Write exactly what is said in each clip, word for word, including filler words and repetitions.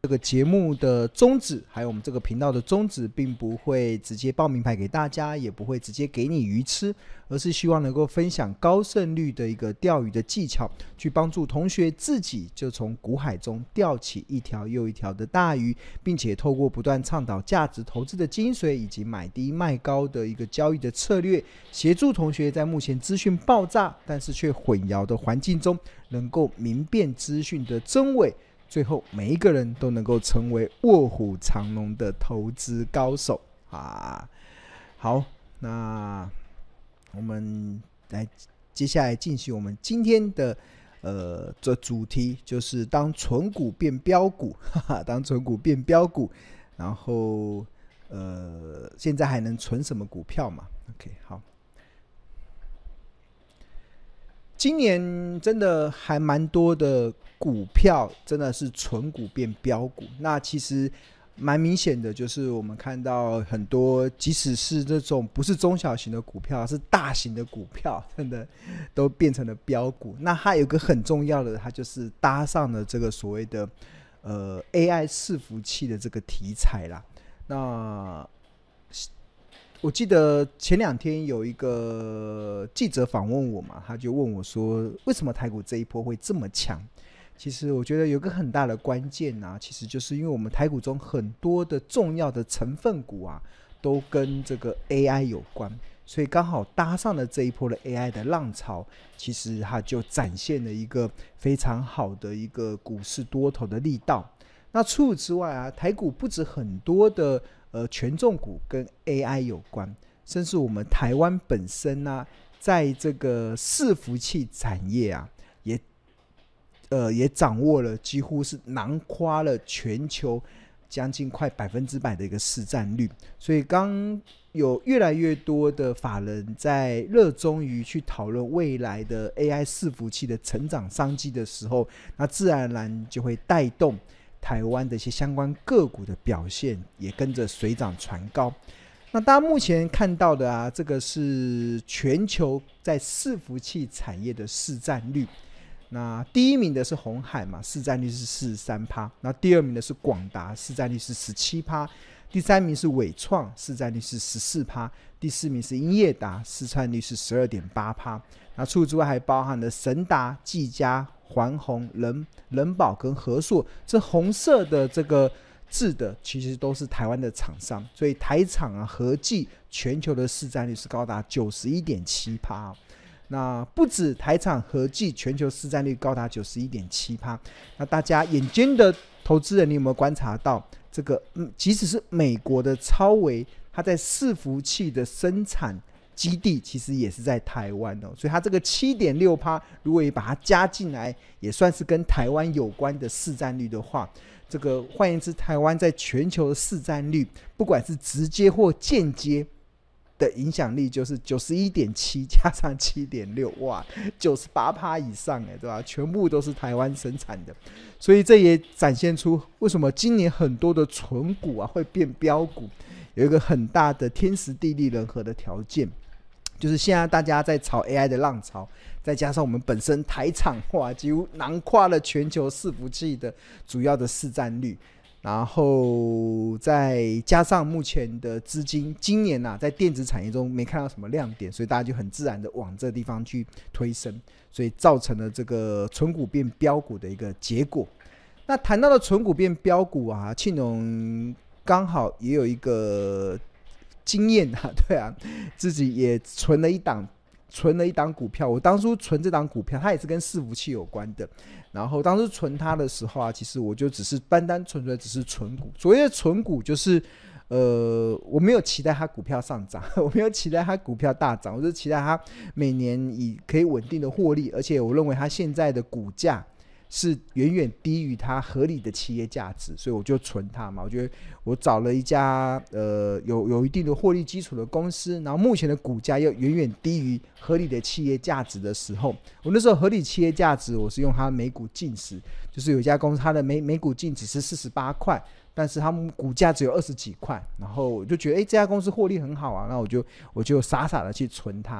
这个节目的宗旨还有我们这个频道的宗旨并不会直接报名牌给大家，也不会直接给你鱼吃，而是希望能够分享高胜率的一个钓鱼的技巧，去帮助同学自己就从股海中钓起一条又一条的大鱼，并且透过不断倡导价值投资的精髓以及买低卖高的一个交易的策略，协助同学在目前资讯爆炸但是却混淆的环境中能够明辨资讯的真伪，最后每一个人都能够成为卧虎藏龙的投资高手啊！好，那我们来接下来进行我们今天的呃这主题，就是当存股变标股，哈哈，当存股变标股，然后呃现在还能存什么股票嘛 ？OK， 好。今年真的还蛮多的股票真的是存股变标股，那其实蛮明显的，就是我们看到很多即使是这种不是中小型的股票，是大型的股票，真的都变成了标股。那它有一个很重要的，它就是搭上了这个所谓的呃 A I 伺服器的这个题材啦。那我记得前两天有一个记者访问我嘛，他就问我说为什么台股这一波会这么强。其实我觉得有个很大的关键啊，其实就是因为我们台股中很多的重要的成分股啊都跟这个 A I 有关，所以刚好搭上了这一波的 A I 的浪潮，其实它就展现了一个非常好的一个股市多头的力道。那除此之外啊，台股不止很多的呃权重股跟 A I 有关，甚至我们台湾本身啊，在这个伺服器产业啊，也呃也掌握了几乎是囊括了全球将近快百分之百的一个市占率。所以刚有越来越多的法人在热衷于去讨论未来的 A I 伺服器的成长商机的时候，那自然而然就会带动台湾的一些相关个股的表现也跟着水涨船高。那大家目前看到的啊，这个是全球在伺服器产业的市占率。那第一名的是鸿海嘛，市占率是 百分之四十三， 那第二名的是广达，市占率是 百分之十七， 第三名是伟创，市占率是 百分之十四， 第四名是英业达，市占率是 百分之十二点八。 那除此之外还包含了神达、技嘉、环宏、人人保跟和硕，这红色的这个字的其实都是台湾的厂商，所以台厂啊合计全球的市占率是高达 百分之九十一点七。 那不止台厂合计全球市占率高达 百分之九十一点七， 那大家眼尖的投资人，你有没有观察到这个、嗯、即使是美国的超微，它在伺服器的生产基地其实也是在台湾哦，所以它这个 百分之七点六， 如果也把它加进来，也算是跟台湾有关的市占率的话，这个换言之，台湾在全球的市占率不管是直接或间接的影响力就是 九十一点七 加上 七点六， 哇 百分之九十八 以上耶，对吧？全部都是台湾生产的，所以这也展现出为什么今年很多的存股啊会变标股，有一个很大的天时地利人和的条件，就是现在大家在炒 A I 的浪潮，再加上我们本身台厂哇几乎囊括了全球伺服器的主要的市占率，然后再加上目前的资金今年啊在电子产业中没看到什么亮点，所以大家就很自然的往这个地方去推升，所以造成了这个存股变标股的一个结果。那谈到了存股变标股啊，庆荣刚好也有一个经验啊，对啊，自己也存了一档存了一档股票。我当初存这档股票，它也是跟伺服器有关的。然后当时存它的时候啊，其实我就只是单单纯纯只是存股。所谓的存股就是，呃，我没有期待它股票上涨，我没有期待它股票大涨，我就期待它每年以可以稳定的获利，而且我认为它现在的股价是远远低于它合理的企业价值，所以我就存它嘛。我觉得我找了一家呃有有一定的获利基础的公司，然后目前的股价又远远低于合理的企业价值的时候，我那时候合理企业价值我是用它每股净值，就是有一家公司它的每每股净值是四十八块，但是他们股价只有二十几块，然后我就觉得哎这家公司获利很好啊，那我就我就傻傻的去存它。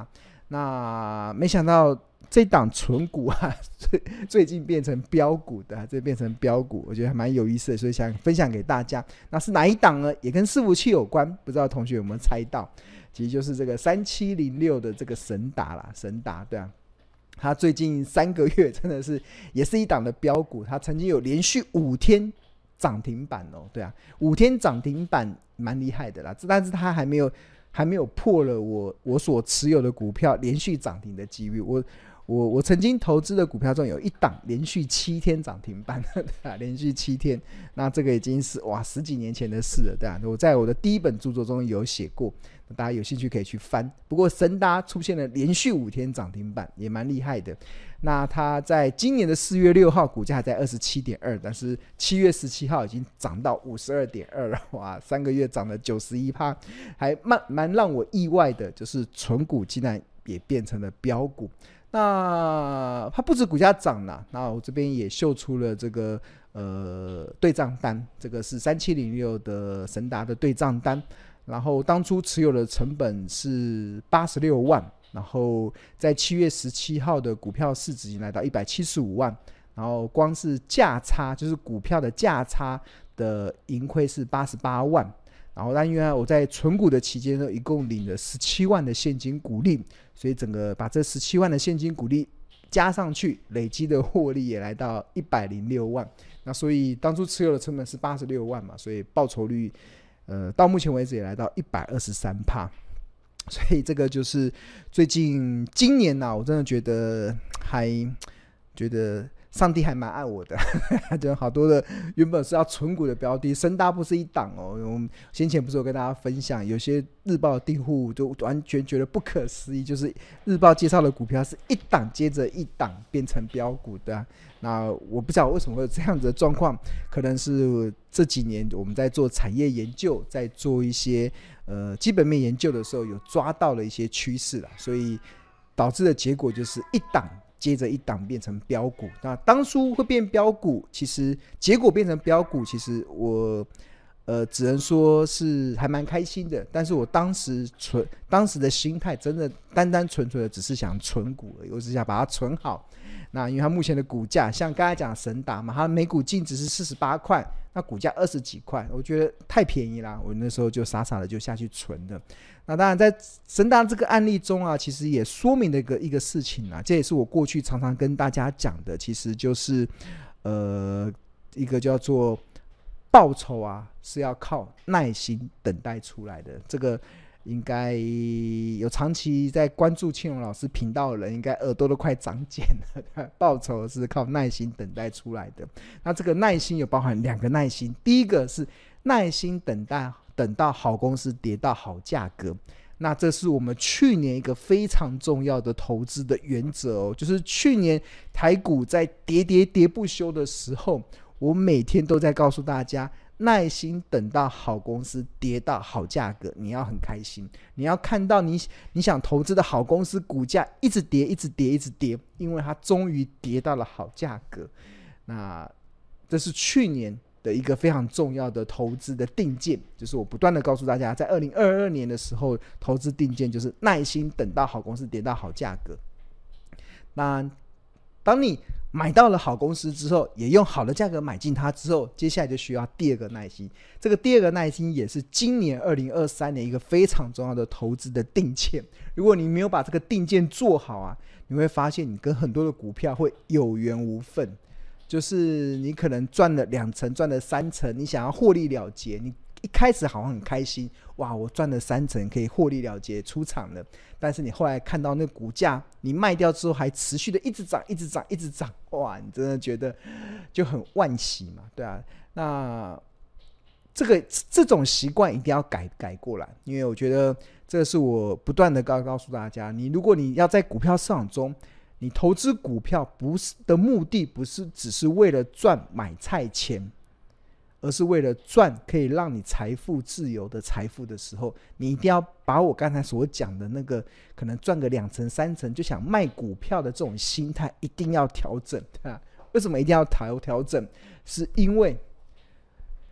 那没想到这档存股啊，最最近变成标股的、啊，这变成标股，我觉得还蛮有意思的，所以想分享给大家。那是哪一档呢？也跟伺服器有关，不知道同学有没有猜到？其实就是这个三七零六的这个神达啦，神达对啊，它最近三个月真的是也是一档的标股，它曾经有连续五天涨停板哦，对啊，五天涨停板蛮厉害的啦，但是它还没有还没有破了我我所持有的股票连续涨停的几率，我。我我曾经投资的股票中有一档连续七天涨停板，对啊，连续七天，那这个已经是哇十几年前的事了，对啊，我在我的第一本著作中有写过，大家有兴趣可以去翻。不过神达出现了连续五天涨停板，也蛮厉害的。那它在今年的四月六号股价还在 二十七点二， 但是七月十七号已经涨到 五十二点二 了，哇，三个月涨了 百分之九十一， 还蛮蛮让我意外的，就是存股竟然也变成了标股。那它不止股价涨了，那我这边也秀出了这个呃对账单，这个是三七零六的神达的对账单，然后当初持有的成本是八十六万，然后在七月十七号的股票市值已经来到一百七十五万，然后光是价差就是股票的价差的盈亏是八十八万，然后但因为我在存股的期间呢，一共领了十七万的现金股利，所以整个把这十七万的现金股利加上去，累积的获利也来到一百零六万。那所以当初持有的成本是八十六万嘛，所以报酬率呃到目前为止也来到 百分之一百二十三。所以这个就是最近今年啊，我真的觉得还觉得上帝还蛮爱我的，就好多的原本是要存股的标的，神达不是一档哦。我们先前不是有跟大家分享，有些日报的订户就完全觉得不可思议，就是日报介绍的股票是一档接着一档变成标股的、啊。那我不知道为什么会有这样子的状况，可能是这几年我们在做产业研究，在做一些呃基本面研究的时候，有抓到了一些趋势啦，所以导致的结果就是一档接着一档变成标股。那当初会变标股，其实结果变成标股，其实我呃只能说是还蛮开心的。但是我当时存当时的心态，真的单单纯纯的只是想存股而已，我只想把它存好。那因为它目前的股价，像刚才讲神达嘛，它每股净值是四十八块，那股价二十几块，我觉得太便宜啦，我那时候就傻傻的就下去存了。那当然在神达这个案例中啊，其实也说明了一个一个事情啊，这也是我过去常常跟大家讲的，其实就是呃一个叫做报酬啊是要靠耐心等待出来的。这个应该有长期在关注庆荣老师频道的人，应该耳朵都快长茧了。报酬是靠耐心等待出来的。那这个耐心有包含两个耐心，第一个是耐心等待等到好公司跌到好价格，那这是我们去年一个非常重要的投资的原则哦，就是去年台股在跌跌跌不休的时候，我每天都在告诉大家，耐心等到好公司跌到好价格，你要很开心，你要看到你你想投资的好公司股价一直跌一直跌一直跌，因为它终于跌到了好价格。那这是去年的一个非常重要的投资的定见，就是我不断的告诉大家，在二零二二年的时候，投资定见就是耐心等到好公司跌到好价格。那当你买到了好公司之后，也用好的价格买进它之后，接下来就需要第二个耐心。这个第二个耐心也是今年二零二三年一个非常重要的投资的定见。如果你没有把这个定见做好啊，你会发现你跟很多的股票会有缘无分。就是你可能赚了两成，赚了三成，你想要获利了结，你一开始好像很开心，哇，我赚了三成，可以获利了结出场了。但是你后来看到那股价，你卖掉之后还持续的一直涨，一直涨，一直涨，哇，你真的觉得就很惋惜嘛，对啊。那这个这种习惯一定要改改过来，因为我觉得这个是我不断的告告诉大家，你如果你要在股票市场中，你投资股票不是的目的不是只是为了赚买菜钱，而是为了赚可以让你财富自由的财富的时候，你一定要把我刚才所讲的那个可能赚个两成三成就想卖股票的这种心态一定要调整。为什么一定要调调整？是因为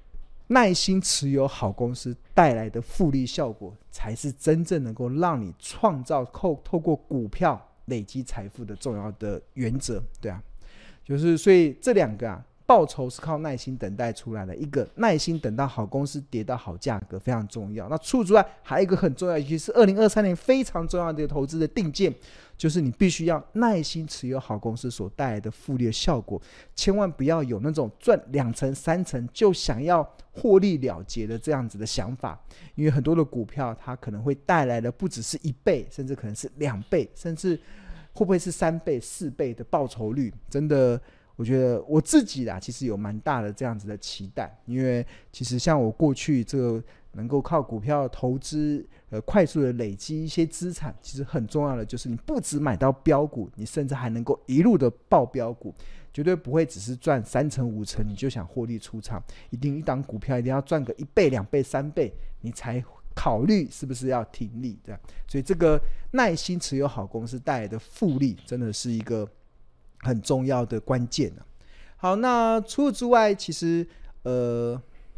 耐心持有好公司带来的复利效果，才是真正能够让你创造透透过股票累积财富的重要的原则。对啊，就是所以这两个啊，报酬是靠耐心等待出来的，一个耐心等到好公司跌到好价格非常重要。那除此之外，还有一个很重要，尤其是二零二三年非常重要的投资的定见，就是你必须要耐心持有好公司所带来的复利的效果，千万不要有那种赚两成三成就想要获利了结的这样子的想法，因为很多的股票它可能会带来的不只是一倍，甚至可能是两倍，甚至会不会是三倍四倍的报酬率，真的我觉得我自己啦，其实有蛮大的这样子的期待。因为其实像我过去这个能够靠股票投资呃快速的累积一些资产，其实很重要的就是你不只买到标股，你甚至还能够一路的抱标股，绝对不会只是赚三成五成你就想获利出场，一定一档股票一定要赚个一倍两倍三倍你才考虑是不是要停利。这样，所以这个耐心持有好公司带来的复利真的是一个很重要的关键、啊、好，那除此之外，其实呃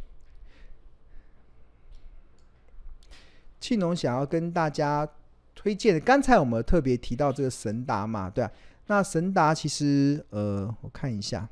庆农想要跟大家推荐的，刚才我们特别提到这个神达嘛，对啊，那神达其实呃我看一下，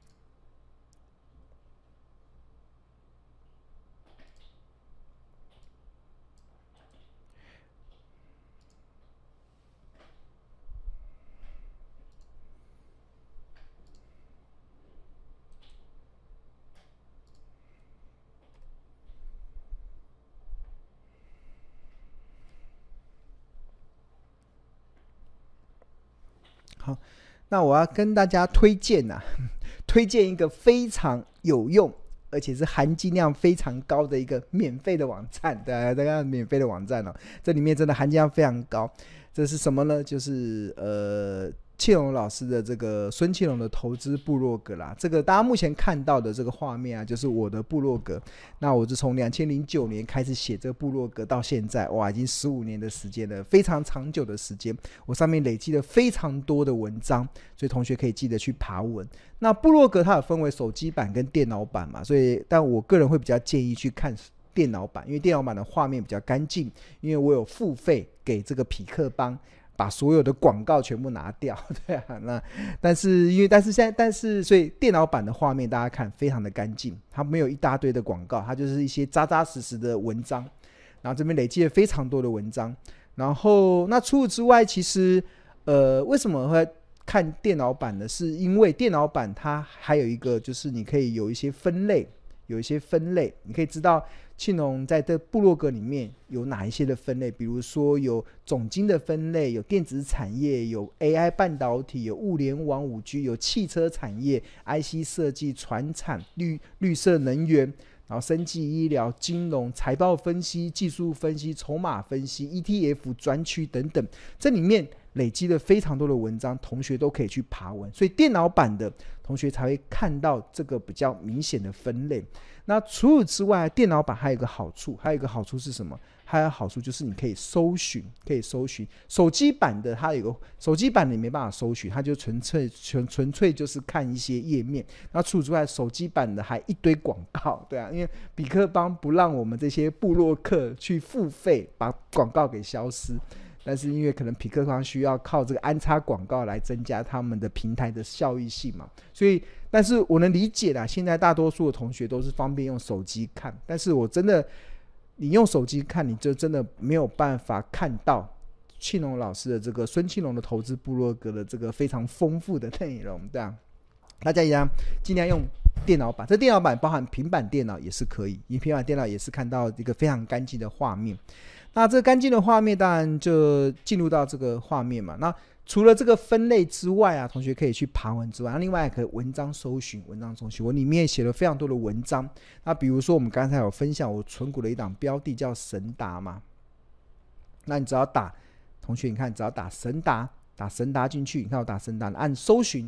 好，那我要跟大家推荐啊，推荐一个非常有用，而且是含金量非常高的一个免费的网站。大家看免费的网站哦，这里面真的含金量非常高。这是什么呢？就是呃。庆隆老师的这个孙庆隆的投资部落格啦，这个大家目前看到的这个画面啊，就是我的部落格。那我是从二零零九年开始写这个部落格到现在，哇，已经十五年的时间了，非常长久的时间。我上面累积了非常多的文章，所以同学可以记得去爬文。那部落格它有分为手机版跟电脑版嘛，所以但我个人会比较建议去看电脑版，因为电脑版的画面比较干净，因为我有付费给这个匹克邦。把所有的广告全部拿掉，对啊，那但是因为但是现在但是所以电脑版的画面大家看非常的干净，它没有一大堆的广告，它就是一些扎扎实实的文章，然后这边累积了非常多的文章，然后那除此之外，其实呃为什么会看电脑版呢？是因为电脑版它还有一个就是你可以有一些分类，有一些分类，你可以知道庆农在这部落格里面有哪一些的分类，比如说有总经的分类，有电子产业，有 A I 半导体，有物联网 五 G， 有汽车产业 I C 设计，传产 绿, 绿色能源，然后生技医疗，金融，财报分析，技术分析，筹码分析， E T F 专区等等，这里面累积了非常多的文章，同学都可以去爬文，所以电脑版的同学才会看到这个比较明显的分类。那除此之外，电脑版还有一个好处，还有一个好处是什么？还有好处就是你可以搜寻，可以搜寻。手机版的它有一个手机版你没办法搜寻，它就纯粹纯纯粹就是看一些页面。那除此之外，手机版的还一堆广告，对啊，因为比克邦不让我们这些部落客去付费把广告给消失。但是因为可能匹克邦需要靠这个安插广告来增加他们的平台的效益性嘛，所以但是我能理解啦，现在大多数的同学都是方便用手机看，但是我真的你用手机看你就真的没有办法看到庆隆老师的这个孙庆隆的投资部落格的这个非常丰富的内容，这样大家一样尽量用电脑版，这电脑版包含平板电脑也是可以，因为平板电脑也是看到一个非常干净的画面。那这个干净的画面当然就进入到这个画面嘛，那除了这个分类之外啊，同学可以去爬文之外，那另外还可以文章搜寻，文章搜寻我里面写了非常多的文章。那比如说我们刚才有分享我存股的一档标的叫神达嘛，那你只要打同学你看只要打神达，打神达进去，你看我打神达按搜寻，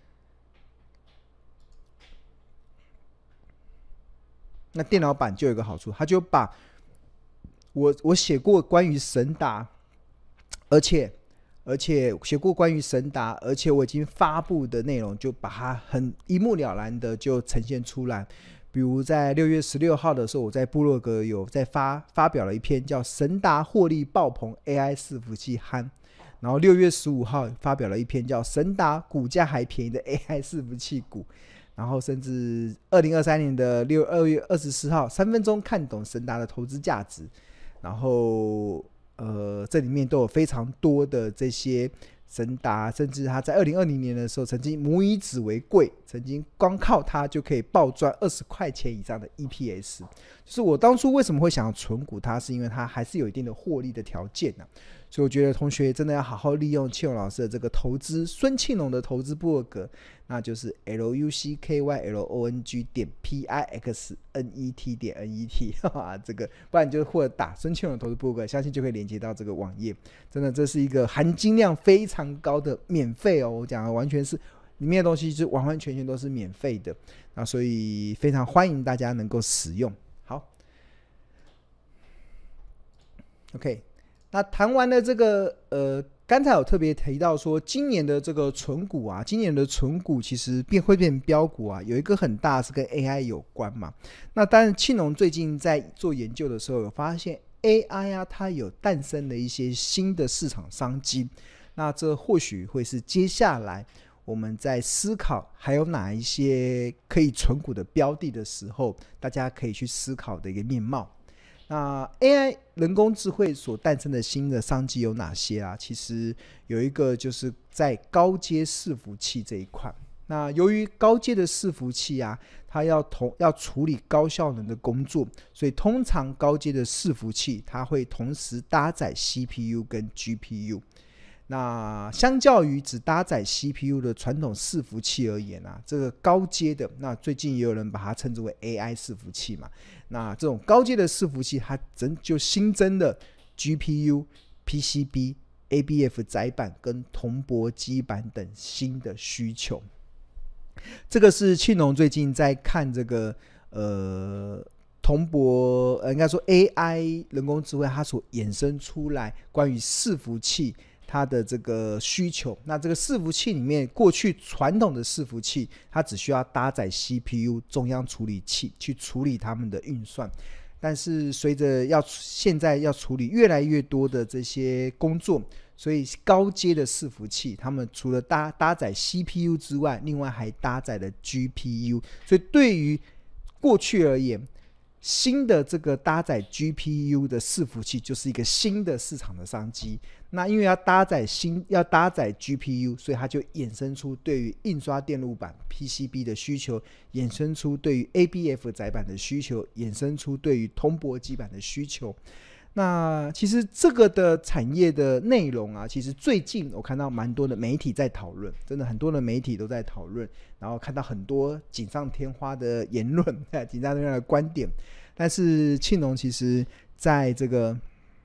那电脑版就有一个好处，它就把我我写过关于神达，而且而且写过关于神达，而且我已经发布的内容就把它很一目了然的就呈现出来。 比如在六月十六号的时候，我在部落格有在发发表了一篇叫神达获利爆棚 A I 伺服器憨，然后六月十五号发表了一篇叫神达股价还便宜的 A I 伺服器股，然后甚至二零二三年的二月二十四号三分钟看懂神达的投资价值，然后呃这里面都有非常多的这些神达，甚至他在二零二零年的时候曾经母以子为贵，曾经光靠它就可以暴赚二十块钱以上的 E P S。 就是我当初为什么会想要存股它，是因为它还是有一定的获利的条件、啊、所以我觉得同学真的要好好利用庆荣老师的这个投资，孙庆荣的投资部落格，那就是 L U C K Y L O N G 点 P I X N E T 点 N E T 这个不然你就或者打孙庆荣投资部落格，相信就可以连接到这个网页。真的这是一个含金量非常高的免费哦，我讲的完全是里面的东西就完完全全都是免费的，那所以非常欢迎大家能够使用。好 OK， 那谈完了这个呃刚才有特别提到说今年的这个存股啊，今年的存股其实变会变标股啊，有一个很大是跟 A I 有关嘛。那当然庆农最近在做研究的时候有发现 A I 啊，它有诞生了一些新的市场商机，那这或许会是接下来我们在思考还有哪一些可以存股的标的的时候，大家可以去思考的一个面貌。那 A I 人工智慧所诞生的新的商机有哪些啊？其实有一个就是在高阶伺服器这一块。那由于高阶的伺服器啊，它要同要处理高效能的工作，所以通常高阶的伺服器它会同时搭载 C P U 跟 G P U。那相较于只搭载 C P U 的传统伺服器而言啊，这个高阶的，那最近也有人把它称之为 A I 伺服器嘛。那这种高阶的伺服器，它就新增了 G P U、P C B、A B F 载板跟铜箔基板等新的需求。这个是庆农最近在看这个呃铜箔，呃应该说 A I 人工智慧它所衍生出来关于伺服器它的这个需求。那这个伺服器里面，过去传统的伺服器它只需要搭载 C P U 中央处理器去处理它们的运算，但是随着要现在要处理越来越多的这些工作，所以高阶的伺服器他们除了 搭, 搭载 C P U 之外，另外还搭载了 G P U。 所以对于过去而言，新的这个搭载 G P U 的伺服器就是一个新的市场的商机。那因为要搭载新要搭载 G P U， 所以它就衍生出对于印刷电路板 P C B 的需求，衍生出对于 A B F 载板的需求，衍生出对于铜箔基板的需求。那其实这个的产业的内容啊，其实最近我看到蛮多的媒体在讨论，真的很多的媒体都在讨论，然后看到很多锦上添花的言论，锦上添花的观点。但是庆农其实在这个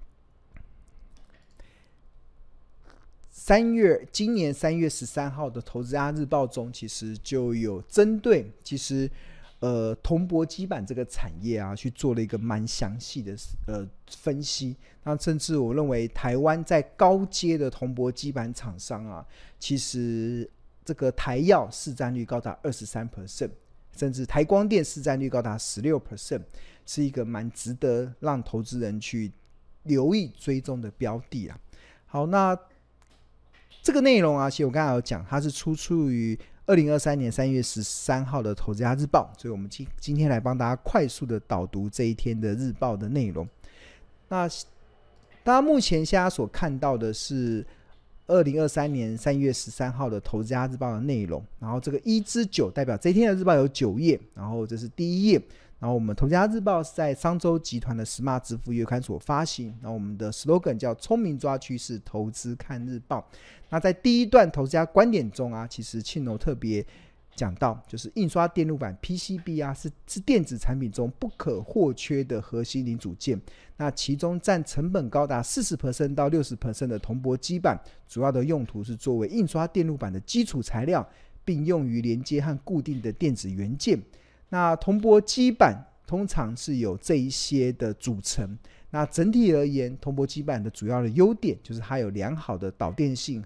三月今年三月十三号的投资家日报中，其实就有针对其实呃铜箔基板这个产业啊，去做了一个蛮详细的呃分析。那甚至我认为台湾在高阶的铜箔基板厂商啊，其实这个台药市占率高达 百分之二十三， 甚至台光电市占率高达 百分之十六， 是一个蛮值得让投资人去留意追踪的标的啊。好，那这个内容啊，其实我刚才有讲，它是出处于二零二三年三月十三号的投资家日报，所以我们今天来帮大家快速的导读这一天的日报的内容。那大家目前现在所看到的是二零二三年三月十三号的投资家日报的内容，然后这个一至九代表这一天的日报有九页，然后这是第一页。然后我们投资家日报是在商周集团的 Smart 支付月刊所发行，然后我们的 slogan 叫聪明抓趋势，投资看日报。那在第一段投资家观点中啊，其实庆农特别讲到，就是印刷电路板 P C B 啊，是是电子产品中不可或缺的核心零组件。那其中占成本高达 百分之四十 到 百分之六十 的铜箔基板，主要的用途是作为印刷电路板的基础材料，并用于连接和固定的电子元件。那铜箔基板通常是有这一些的组成。那整体而言，铜箔基板的主要的优点就是它有良好的导电性和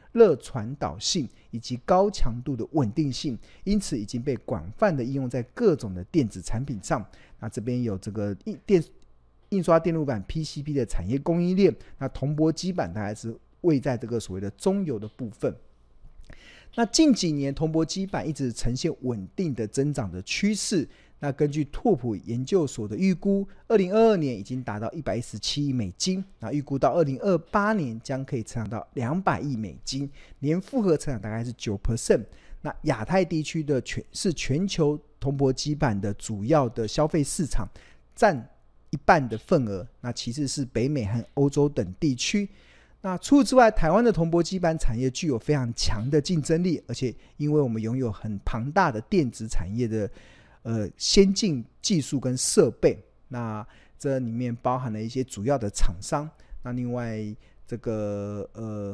热传导性以及高强度的稳定性，因此已经被广泛的应用在各种的电子产品上。那这边有这个电印刷电路板 P C B 的产业供应链，那铜箔基板它还是位在这个所谓的中游的部分。那近几年铜箔基板一直呈现稳定的增长的趋势，那根据拓普研究所的预估，二零二二年已经达到一百一十七亿美金，那预估到二零二八年将可以成长到两百亿美金，年复合成长大概是 百分之九。 那亚太地区的全是全球铜箔基板的主要的消费市场，占一半的份额，那其次是北美和欧洲等地区。那除此之外，台湾的铜箔基板产业具有非常强的竞争力，而且因为我们拥有很庞大的电子产业的呃先进技术跟设备，那这里面包含了一些主要的厂商。那另外这个呃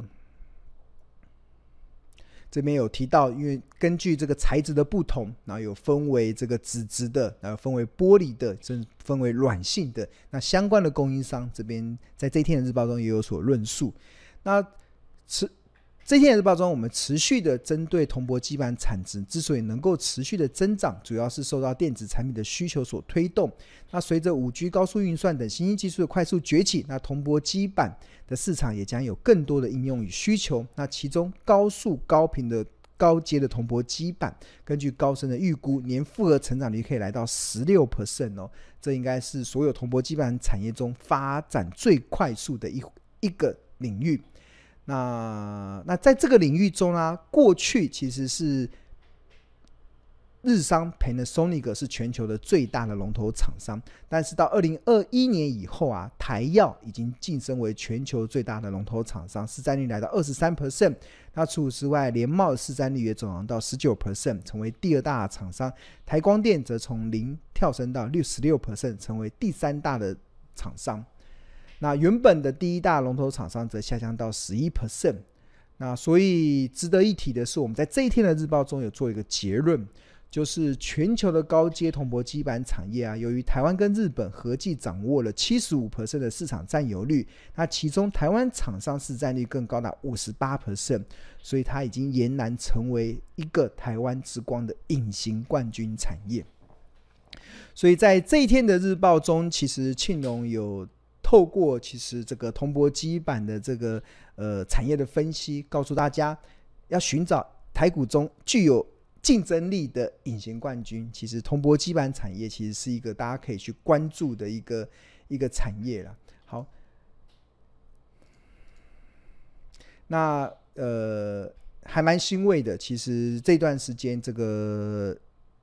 这边有提到，因为根据这个材质的不同，然后有分为这个纸质的，然后分为玻璃的，甚至分为软性的，那相关的供应商这边在这一天的日报中也有所论述。那这一天的日报中，我们持续的针对铜箔基板产值之所以能够持续的增长，主要是受到电子产品的需求所推动。那随着 五 G 高速运算等新兴技术的快速崛起，那铜箔基板的市场也将有更多的应用与需求。那其中高速高频的高阶的铜箔基板，根据高盛的预估，年复合成长率可以来到 百分之十六、哦、这应该是所有铜箔基板产业中发展最快速的 一, 一个领域。那那在这个领域中啊，过去其实是日商 Panasonic 是全球的最大的龙头厂商，但是到二零二一年以后啊，台药已经晋升为全球最大的龙头厂商，市占率来到 百分之二十三。 那除此之外，联茂的市占率也走涨到 百分之十九， 成为第二大的厂商。台光电则从零跳升到 百分之十六， 成为第三大的厂商。那原本的第一大龙头厂商则下降到 百分之十一。 那所以值得一提的是，我们在这一天的日报中有做一个结论，就是全球的高阶铜箔基板产业啊，由于台湾跟日本合计掌握了 百分之七十五 的市场占有率，那其中台湾厂商市占率更高达 百分之五十八， 所以它已经俨然成为一个台湾之光的隐形冠军产业。所以在这一天的日报中，其实庆隆有透过其实这个铜箔基板的这个呃产业的分析，告诉大家要寻找台股中具有竞争力的隐形冠军。其实铜箔基板产业其实是一个大家可以去关注的一个一个产业啦。好，那呃还蛮欣慰的，其实这段时间这个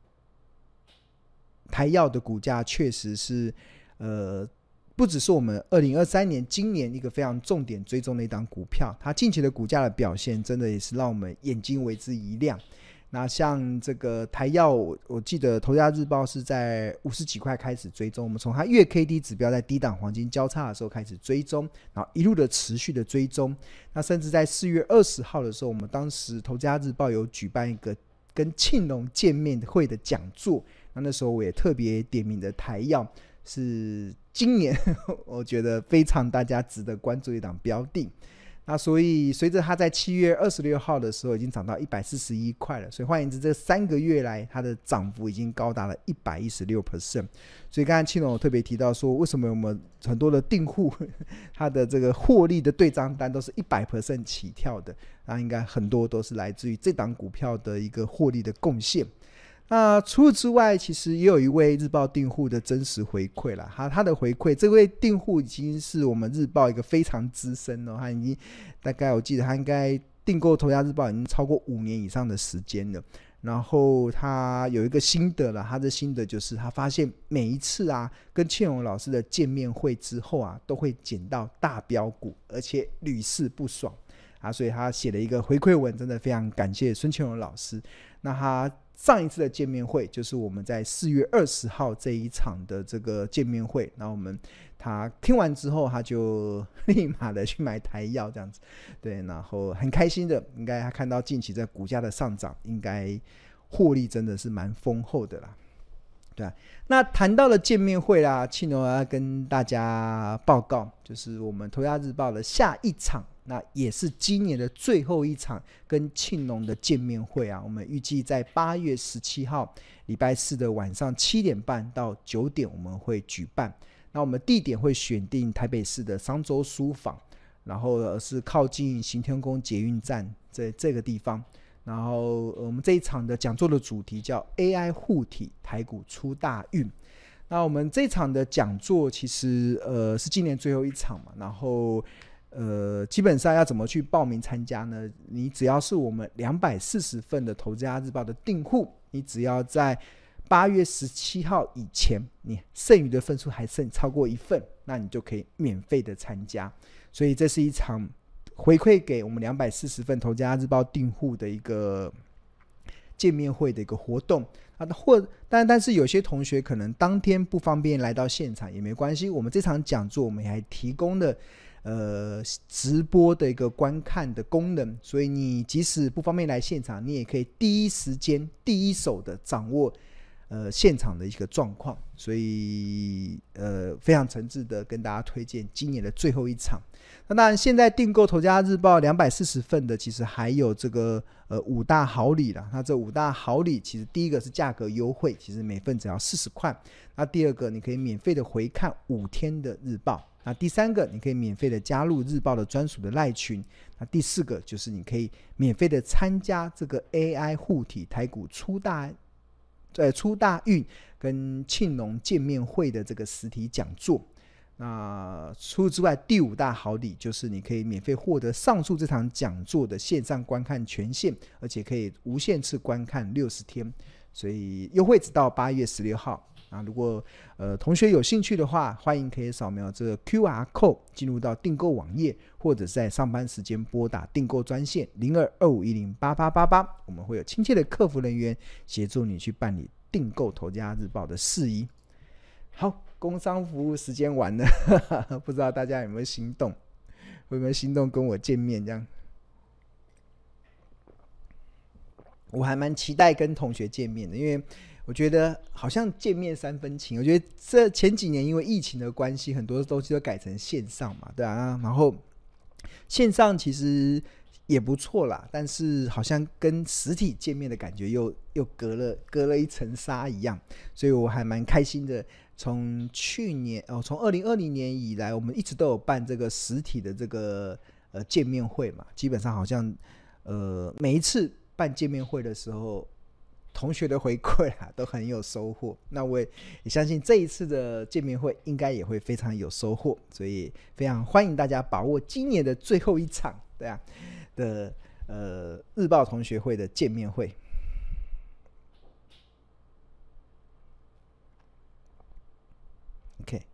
台药的股价确实是呃。不只是我们二零二三年今年一个非常重点追踪的一档股票，它近期的股价的表现真的也是让我们眼睛为之一亮。那像这个台药，我记得头家日报是在五十几块开始追踪，我们从它月 K D 指标在低档黄金交叉的时候开始追踪，然后一路的持续的追踪。那甚至在四月二十号的时候，我们当时头家日报有举办一个跟庆隆见面会的讲座，那那时候我也特别点名的台药是今年我觉得非常大家值得关注一档标的。那所以随着它在七月二十六号的时候已经涨到一百四十一块了，所以换言之这三个月来它的涨幅已经高达了 百分之一百一十六。 所以刚才庆隆有特别提到说，为什么我们很多的订户它的这个获利的对账单都是 百分之一百 起跳的，那应该很多都是来自于这档股票的一个获利的贡献。那除此之外，其实也有一位日报订户的真实回馈啦。他他的回馈，这位订户已经是我们日报一个非常资深哦，他已经大概我记得他应该订购头家日报已经超过五年以上的时间了。然后他有一个心得了，他的心得就是他发现每一次啊跟庆隆老师的见面会之后啊，都会捡到大标股，而且屡试不爽啊，所以他写了一个回馈文，真的非常感谢孙庆隆老师。那他上一次的见面会就是我们在四月二十号这一场的这个见面会，然后我们他听完之后他就立马的去买台药这样子，对，然后很开心的，应该他看到近期这股价的上涨，应该获利真的是蛮丰厚的啦。对啊，那谈到了见面会啦，庆隆要跟大家报告，就是我们头家日报的下一场那也是今年的最后一场跟庆农的见面会啊。我们预计在八月十七号礼拜四的晚上七点半到九点我们会举办。那我们地点会选定台北市的商周书房，然后是靠近行天宫捷运站这这个地方。然后我们这一场的讲座的主题叫 A I 护体，台股出大运。那我们这场的讲座其实呃是今年最后一场嘛，然后呃基本上要怎么去报名参加呢？你只要是我们两百四十份的投资家日报的订户，你只要在八月十七号以前，你剩余的份数还剩超过一份，那你就可以免费的参加。所以这是一场回馈给我们两百四十份投资家日报订户的一个见面会的一个活动啊，或但但是有些同学可能当天不方便来到现场也没关系，我们这场讲座我们还提供了呃直播的一个观看的功能，所以你即使不方便来现场，你也可以第一时间第一手的掌握呃现场的一个状况，所以呃非常诚挚的跟大家推荐今年的最后一场。那当然现在订购投资家日报两百四十份的其实还有这个呃五大好礼啦。那这五大好礼其实第一个是价格优惠，其实每份只要四十块。那第二个你可以免费的回看五天的日报。那第三个你可以免费的加入日报的专属的赖群。那第四个就是你可以免费的参加这个 A I 护体台股出大呃出大运跟庆农见面会的这个实体讲座。那除此之外，第五大好礼就是你可以免费获得上述这场讲座的线上观看权限，而且可以无限次观看六十天，所以优惠直到八月十六号。那如果呃同学有兴趣的话，欢迎可以扫描这个 Q R code 进入到订购网页，或者是在上班时间拨打订购专线零二二五一零八八八八，我们会有亲切的客服人员协助你去办理订购投资家日报的事宜。好，工商服务时间完了，不知道大家有没有心动，有没有心动跟我见面这样？我还蛮期待跟同学见面的，因为我觉得好像见面三分情。我觉得这前几年因为疫情的关系，很多东西都改成线上嘛，对啊，然后线上其实也不错啦，但是好像跟实体见面的感觉又又隔了隔了一层纱一样，所以我还蛮开心的。从去年哦，从二零二零年以来，我们一直都有办这个实体的这个呃见面会嘛，基本上好像呃每一次办见面会的时候，同学的回馈啊都很有收获。那我 也, 也相信这一次的见面会应该也会非常有收获，所以非常欢迎大家把握今年的最后一场对啊的呃日报同学会的见面会。OK，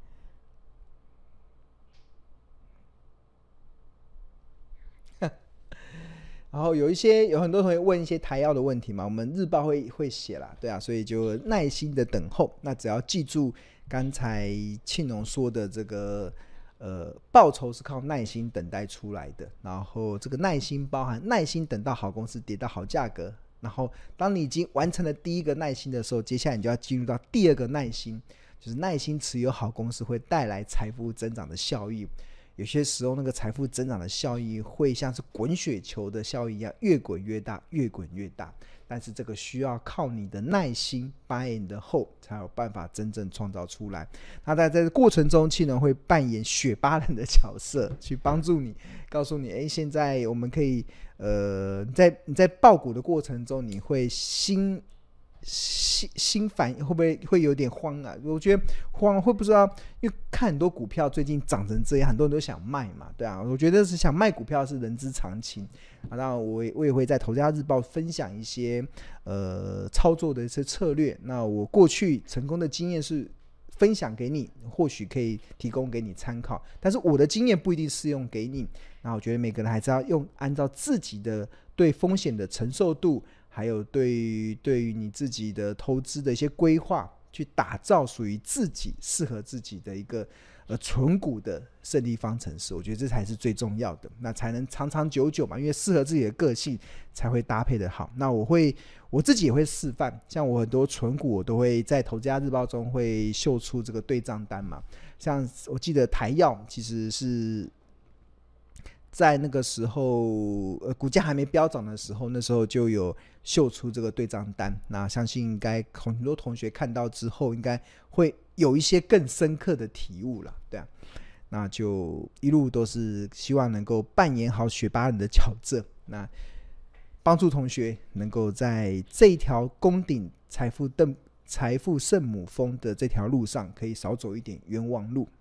然后有一些有很多同学问一些台要的问题嘛，我们日报会会写啦，对啊，所以就耐心的等候。那只要记住刚才庆农说的这个呃报酬是靠耐心等待出来的，然后这个耐心包含耐心等到好公司跌到好价格，然后当你已经完成了第一个耐心的时候，接下来你就要进入到第二个耐心，就是耐心持有好公司会带来财富增长的效益。有些时候那个财富增长的效益会像是滚雪球的效益一样，越滚越大，越滚越大。但是这个需要靠你的耐心 buy and hold 才有办法真正创造出来。那在这个过程中，气能会扮演雪巴人的角色，去帮助你，告诉你，哎，现在我们可以，呃，在你在抱股的过程中，你会心。心心烦会不会会有点慌啊？我觉得慌会不知道，因为看很多股票最近涨成这样，很多人都想卖嘛，对啊，我觉得是想卖股票是人之常情啊。那我也我也会在投资家日报分享一些呃操作的一些策略。那我过去成功的经验是分享给你，或许可以提供给你参考，但是我的经验不一定适用给你。那我觉得每个人还是要用按照自己的对风险的承受度。还有对于对于你自己的投资的一些规划，去打造属于自己适合自己的一个呃纯股的胜利方程式，我觉得这才是最重要的，那才能长长久久嘛，因为适合自己的个性才会搭配的好。那我会我自己也会示范，像我很多纯股我都会在投资家日报中会秀出这个对账单嘛，像我记得台药其实是在那个时候，呃，股价还没飙涨的时候，那时候就有秀出这个对账单。那相信应该很多同学看到之后，应该会有一些更深刻的体悟了，对啊。那就一路都是希望能够扮演好雪巴人的角色，那帮助同学能够在这一条攻顶财富财富圣母峰的这条路上，可以少走一点冤枉路。